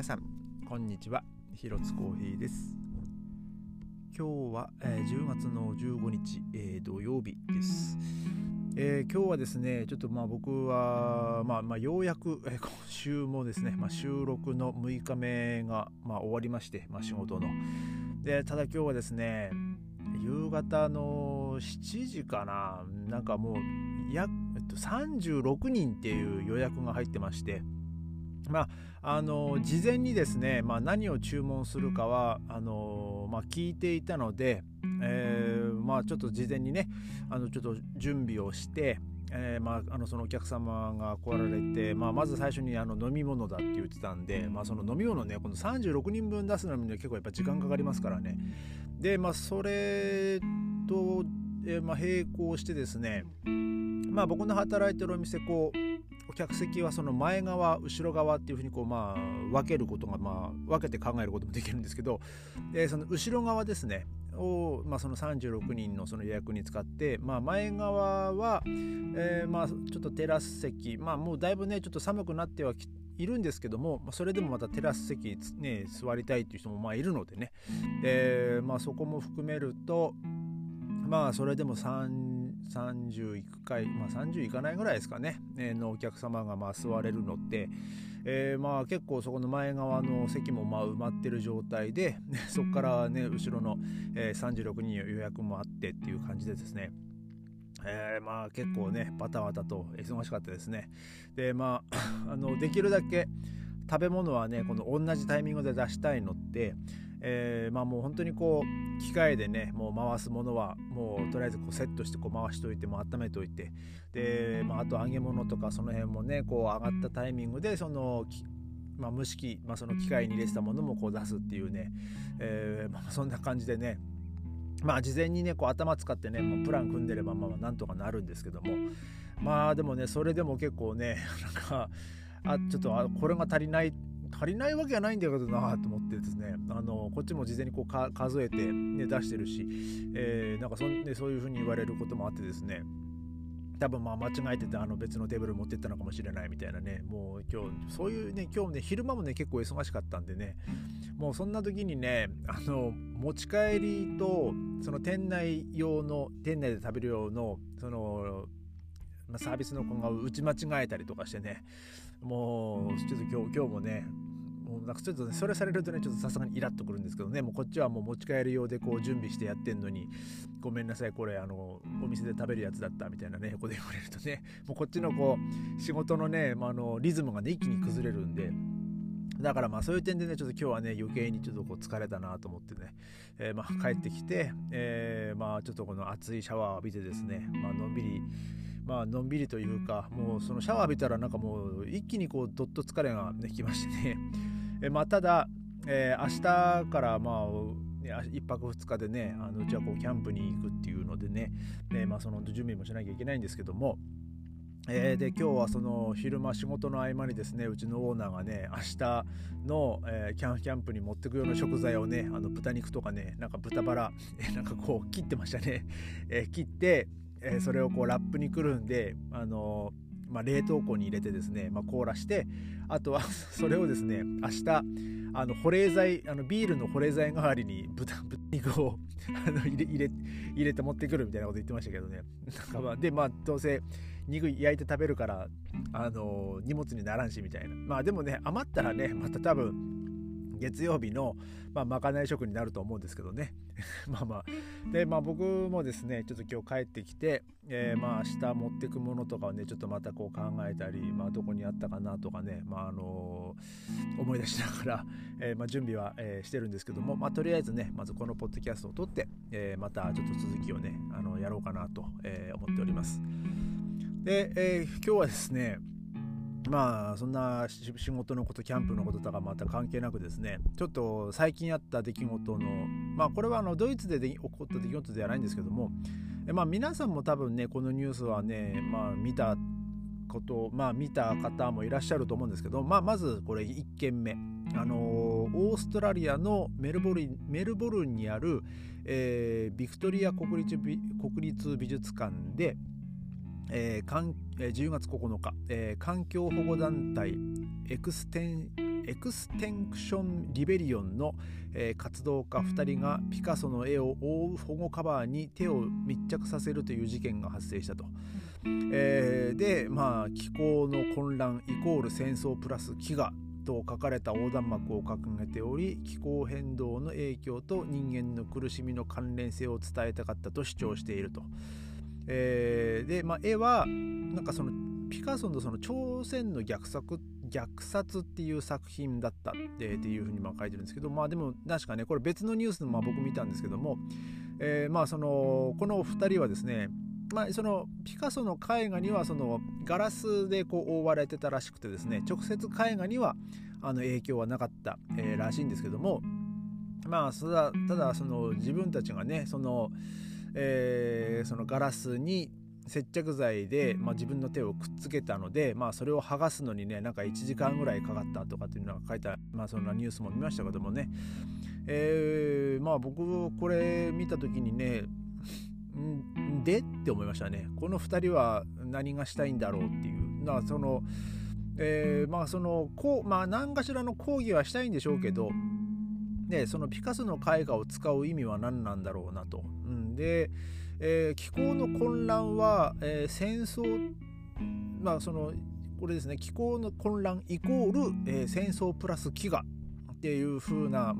皆さんこんにちは。広津コーヒーです。今日は、10月の15日、土曜日です。今日はですねちょっと僕はようやく、今週もですね、収録の6日目が、終わりまして、仕事ので、ただ今日はですね夕方の7時かな、なんかもう36人っていう予約が入ってまして、事前にですね、何を注文するかは聞いていたので、ちょっと事前にねちょっと準備をして、そのお客様が来られて、まず最初に飲み物だって言ってたんで、その飲み物ね、この36人分出すのに結構やっぱ時間かかりますからね。でそれと、並行してですね、僕の働いてるお店お客席はその前側後ろ側っていうふうに分けることが分けて考えることもできるんですけど、その後ろ側ですねを、その36人のその予約に使って、前側は、ちょっとテラス席、もうだいぶねちょっと寒くなってはいるんですけども、それでもまたテラス席ね座りたいっていう人もいるのでね、そこも含めるとそれでも30いく回、30いかないぐらいですかね、のお客様が座れるので、結構そこの前側の席も埋まってる状態で、そこからね後ろの、36人予約もあってっていう感じでですね、結構ねバタバタと忙しかったですね。でできるだけ食べ物はねこの同じタイミングで出したいので、もう本当に機械でねもう回すものはもうとりあえずセットして回しといて温めといて、で、あと揚げ物とかその辺もね上がったタイミングでその蒸し器、その機械に入れてたものも出すっていうね、そんな感じでね、事前にね頭使ってねもうプラン組んでればなんとかなるんですけども、でもねそれでも結構ねちょっとこれが足りないわけはないんだけどなと思ってですね、こっちも事前に数えて、ね、出してるし、そういう風に言われることもあってですね、多分間違えてて別のテーブル持ってったのかもしれないみたいなね、もう今日そういうね今日ね昼間もね結構忙しかったんでね、もうそんな時にね持ち帰りとその店内で食べる用のそのサービスの子が打ち間違えたりとかしてね、もうちょっと今日もねもうちょっとねそれされるとねちょっとさすがにイラッとくるんですけどね、もうこっちはもう持ち帰る用で準備してやってんのに、ごめんなさいこれお店で食べるやつだったみたいなねこと言われるとね、もうこっちの仕事のね、リズムがね一気に崩れるんで、だからそういう点でねちょっと今日はね余計にちょっと疲れたなと思ってね、帰ってきて、ちょっとこの熱いシャワーを浴びてですね、のんびりというか、もうそのシャワー浴びたらなんかもう一気にどっと疲れがねきましてね、ただ、明日から1泊2日でねうちはキャンプに行くっていうのでね、その準備もしなきゃいけないんですけども、で今日はその昼間仕事の合間にですね、うちのオーナーがね明日の、キャンプに持ってくような食材をね豚肉とかね豚バラ切ってましたね、切って、それをラップにくるんで冷凍庫に入れてですね、凍らして、あとはそれをですね明日保冷剤ビールの保冷剤代わりに豚肉を入れて持ってくるみたいなこと言ってましたけどね、でどうせ肉焼いて食べるから荷物にならんしみたいな、でもね余ったらねまた多分月曜日の、まかない食になると思うんですけどねで僕もですねちょっと今日帰ってきて、明日持ってくものとかをねちょっとまた考えたり、どこにあったかなとかね、思い出しながら、準備は、してるんですけども、とりあえずねまずこのポッドキャストを撮って、またちょっと続きをねやろうかなと、思っております。で、今日はですねそんな仕事のこと、キャンプのこととかまた関係なくですね、ちょっと最近あった出来事のこれはドイツで起こった出来事ではないんですけども、皆さんも多分ねこのニュースはね見た方もいらっしゃると思うんですけど、まずこれ1件目、オーストラリアのメルボルンにある、ビクトリア国立美術館で10月9日、環境保護団体エクステンエクステンクション・リベリオンの、活動家2人がピカソの絵を覆う保護カバーに手を密着させるという事件が発生したと。で気候の混乱イコール戦争プラス飢餓と書かれた横断幕を掲げており、気候変動の影響と人間の苦しみの関連性を伝えたかったと主張していると。で絵はなんかそのピカソのその朝鮮の虐殺っていう作品だったっていうふうに書いてるんですけど、でも確かねこれ別のニュースで僕見たんですけども、そのこの2人はですね、そのピカソの絵画にはそのガラスでこう覆われてたらしくてですね、直接絵画には影響はなかった、らしいんですけども、ただその自分たちがねそのガラスに接着剤で、自分の手をくっつけたので、それを剥がすのにねなんか1時間ぐらいかかったとかっていうのが書いた、そんなニュースも見ましたけどもね、僕これ見た時にねでって思いましたね。この2人は何がしたいんだろうっていう、何かしらの抗議はしたいんでしょうけど、そのピカソの絵画を使う意味は何なんだろうなと。で、気候の混乱は、戦争これですね、気候の混乱イコール、戦争プラス飢餓っていう風な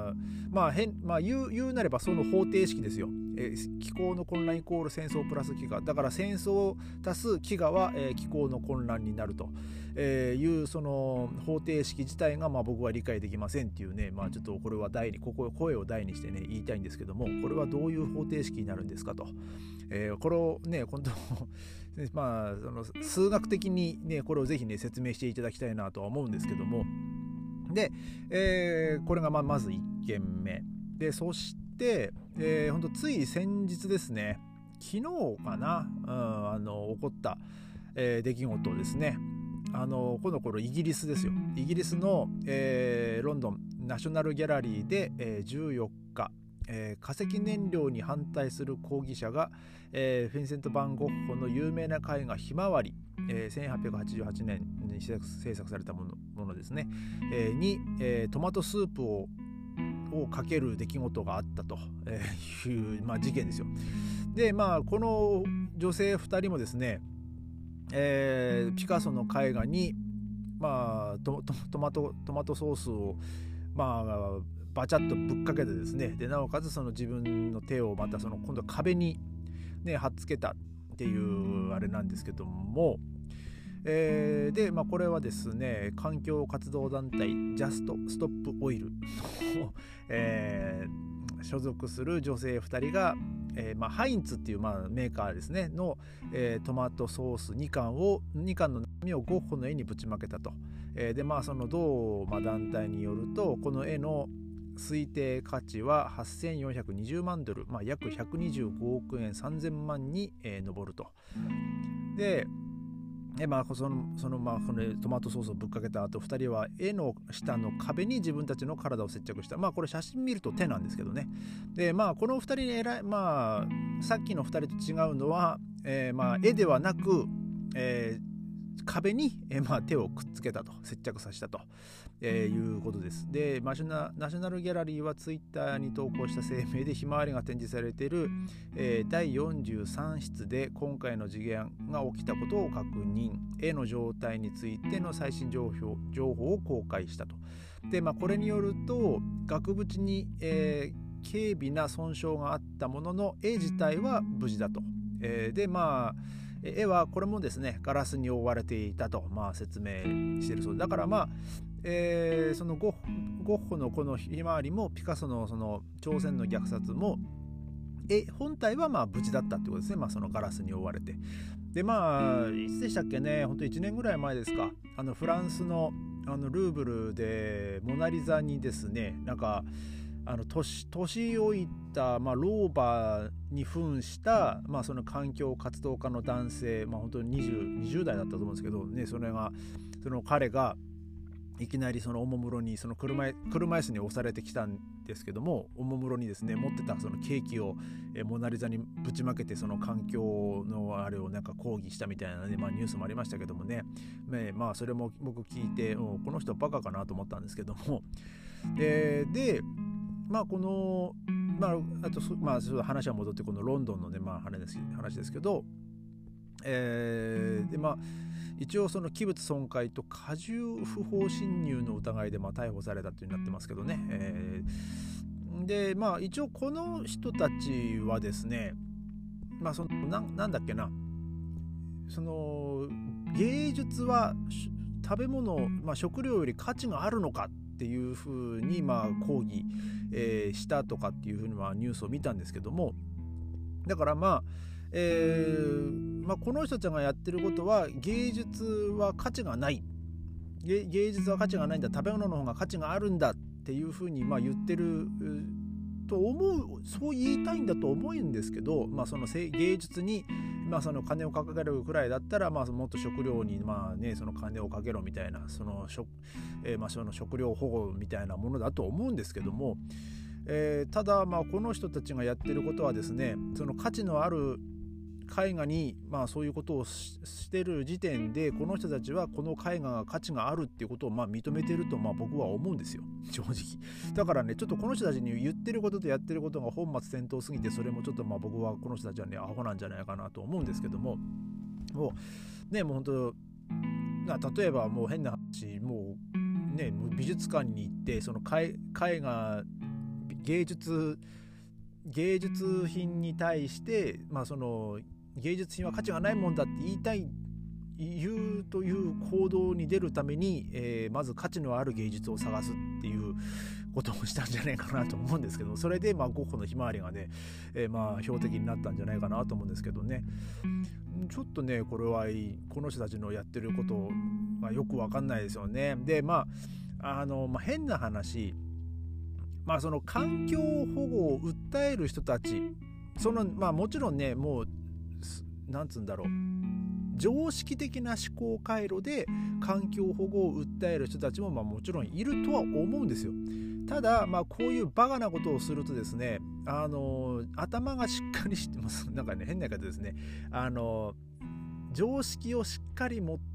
言うなればその方程式ですよ。気候の混乱イコール戦争プラス飢餓だから、戦争足す飢餓は、気候の混乱になるというその方程式自体が僕は理解できませんっていうね、ちょっとこれは声を大にしてね言いたいんですけども、これはどういう方程式になるんですかと、これをね今度その数学的にねこれをぜひね説明していただきたいなとは思うんですけども、で、これがまず1件目で、そして本当つい先日ですね、昨日かな、起こった、出来事ですね。今度これイギリスですよ。イギリスの、ロンドンナショナルギャラリーで、14日、化石燃料に反対する抗議者が、フィンセント・バン・ゴッホの有名な絵画ひまわり、1888年に制作されたものですね、に、トマトスープをかける出来事があったという、事件ですよ。でこの女性2人もですね、ピカソの絵画に、トマトソースをバチャッとぶっかけてですね、でなおかつその自分の手をまたその今度は壁にね貼っつけたっていうあれなんですけども、でこれはですね環境活動団体ジャストストップオイルの、所属する女性2人が、ハインツっていうメーカーですねの、トマトソース2缶の波をゴッホの絵にぶちまけたと。でその同、団体によるとこの絵の推定価値は8420万ドル、約125億円3000万に、上ると。でそのトマトソースをぶっかけた後、2人は絵の下の壁に自分たちの体を接着した。これ写真見ると手なんですけどね。でこの2人にさっきの2人と違うのは、絵ではなく、壁に、手をくっつけたと、接着させたと、いうことです。でナショナルギャラリーはツイッターに投稿した声明で、ひまわりが展示されている、第43室で今回の事件が起きたことを確認、絵の状態についての最新情報を公開したと。でこれによると額縁に、軽微な損傷があったものの絵自体は無事だと。で絵はこれもですねガラスに覆われていたと、説明しているそうで、だからそのゴッホのこのひまわりもピカソのその朝鮮の虐殺も本体は無事だったってことですね。そのガラスに覆われて、でいつでしたっけね、本当1年ぐらい前ですか、フランスのルーブルでモナリザにですね、なんか年老いた、老婆に扮した、その環境活動家の男性、本当に20代だったと思うんですけどね、その彼がいきなりそのおもむろにその車椅子に押されてきたんですけども、おもむろにですね持ってたそのケーキをモナリザにぶちまけて、その環境のあれををなんか抗議したみたいなね、ニュースもありましたけどもね、それも僕聞いて、この人バカかなと思ったんですけども、でこのあとそう話は戻ってこのロンドンのね、話ですけど、一応その器物損壊と過重不法侵入の疑いで逮捕されたというなってますけどね、で一応この人たちはですね、なんだっけな、その芸術は食べ物、食料より価値があるのかっていうふうに抗議、したとかっていうふうにニュースを見たんですけども、だからこの人たちがやってることは芸術は価値がない、芸術は価値がないんだ、食べ物の方が価値があるんだっていうふうに言ってると思う、そう言いたいんだと思うんですけど、その芸術にその金をかけるくらいだったら、もっと食料にその金をかけろみたいな、その食料保護みたいなものだと思うんですけども、ただこの人たちがやってることはですね、その価値のある絵画にそういうことをしてる時点で、この人たちはこの絵画が価値があるっていうことを認めてると僕は思うんですよ、正直。だからね、ちょっとこの人たちに言ってることとやってることが本末転倒すぎて、それもちょっと僕はこの人たちはねアホなんじゃないかなと思うんですけども、もう本当例えばもう変な話、もう美術館に行ってその絵画芸術品に対してその芸術品は価値がないもんだって言うという行動に出るために、まず価値のある芸術を探すっていうことをしたんじゃないかなと思うんですけど、それでゴッホのひまわりがね、標的になったんじゃないかなと思うんですけどね。ちょっとねこれはこの人たちのやってることがよく分かんないですよね。で変な話、その環境保護を訴える人たち、もちろんね、もうなんつうんだろう、常識的な思考回路で環境保護を訴える人たちももちろんいるとは思うんですよ。ただこういうバカなことをするとですね、頭がしっかりしてます。なんかね、変な言い方ですね、常識をしっかり持って、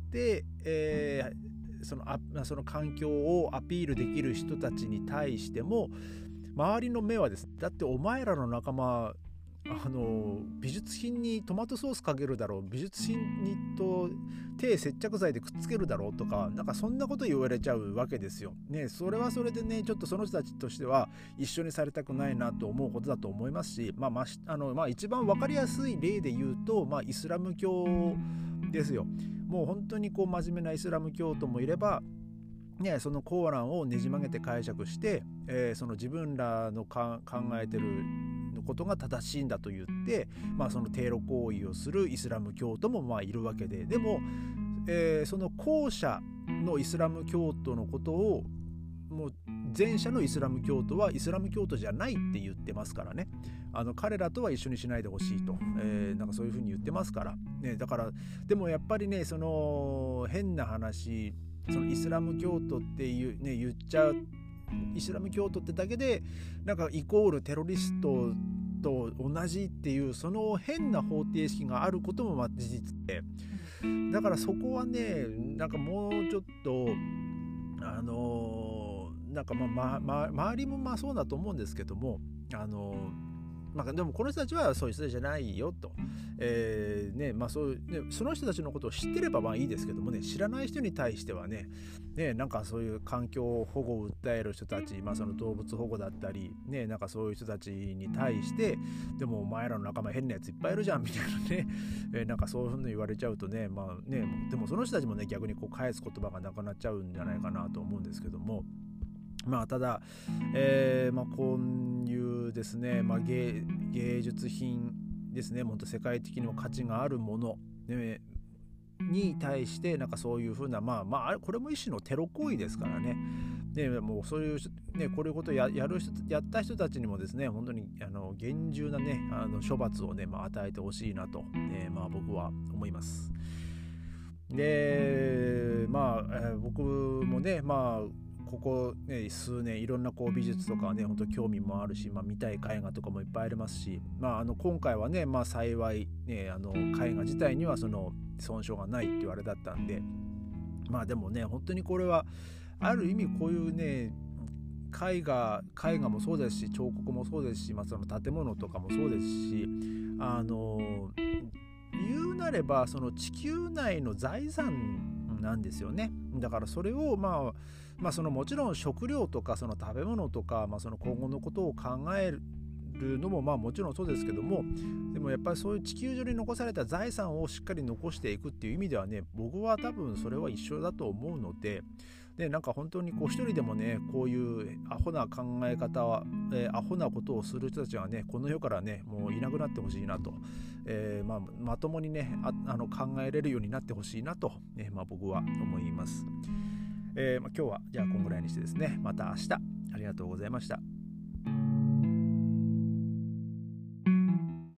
その環境をアピールできる人たちに対しても、周りの目はですね、だってお前らの仲間美術品にトマトソースかけるだろう、美術品に手接着剤でくっつけるだろうとか、そんなこと言われちゃうわけですよね。それはそれでね、ちょっとその人たちとしては一緒にされたくないなと思うことだと思いますし、一番わかりやすい例で言うと、イスラム教ですよ。もう本当に真面目なイスラム教徒もいれば、そのコーランをねじ曲げて解釈して、その自分らの考えてることが正しいんだと言って、そのテロ行為をするイスラム教徒もいるわけで、でも、その後者のイスラム教徒のことをもう前者のイスラム教徒はイスラム教徒じゃないって言ってますからね。彼らとは一緒にしないでほしいと、そういうふうに言ってますから、ね。だからでもやっぱりね、その変な話、そのイスラム教徒っていうね言っちゃう、イスラム教徒ってだけでイコールテロリストと同じっていう、その変な方程式があることも事実で、だからそこはね、もうちょっと周りもそうだと思うんですけども、でもこの人たちはそういう人たちじゃないよと、その人たちのことを知ってればいいですけどもね、知らない人に対してはね、そういう環境保護を訴える人たち、その動物保護だったりね、そういう人たちに対して、でもお前らの仲間変なやついっぱいいるじゃんみたいなね、そういうふうに言われちゃうとね、でもその人たちもね、逆に返す言葉がなくなっちゃうんじゃないかなと思うんですけども、ただ、こういうですね、芸術品ですね、もっと世界的にも価値があるもの、に対してそういうふうなこれも一種のテロ行為ですからね。でもうそういうね、こういうことをやった人たちにもですね、本当に厳重なね処罰をね与えてほしいなと、僕は思います。で僕もねここ、ね、数年いろんなこう美術とかはね本当興味もあるし、見たい絵画とかもいっぱいありますし、今回はね、幸い、ね、絵画自体にはその損傷がないっていうあれだったんで、でもね本当にこれはある意味こういうね絵画もそうですし、彫刻もそうですし、その建物とかもそうですし、言うなればその地球内の財産なんですよね。だからそれをそのもちろん食料とかその食べ物とか、その今後のことを考えるのももちろんそうですけども、でもやっぱりそういう地球上に残された財産をしっかり残していくっていう意味ではね、僕は多分それは一緒だと思うので、なんか本当にこう一人でもねこういうアホな考え方は、アホなことをする人たちがねこの世からねもういなくなってほしいなと、まともにね考えれるようになってほしいなと、僕は思います。今日はじゃあこんぐらいにしてですね、また明日ありがとうございました。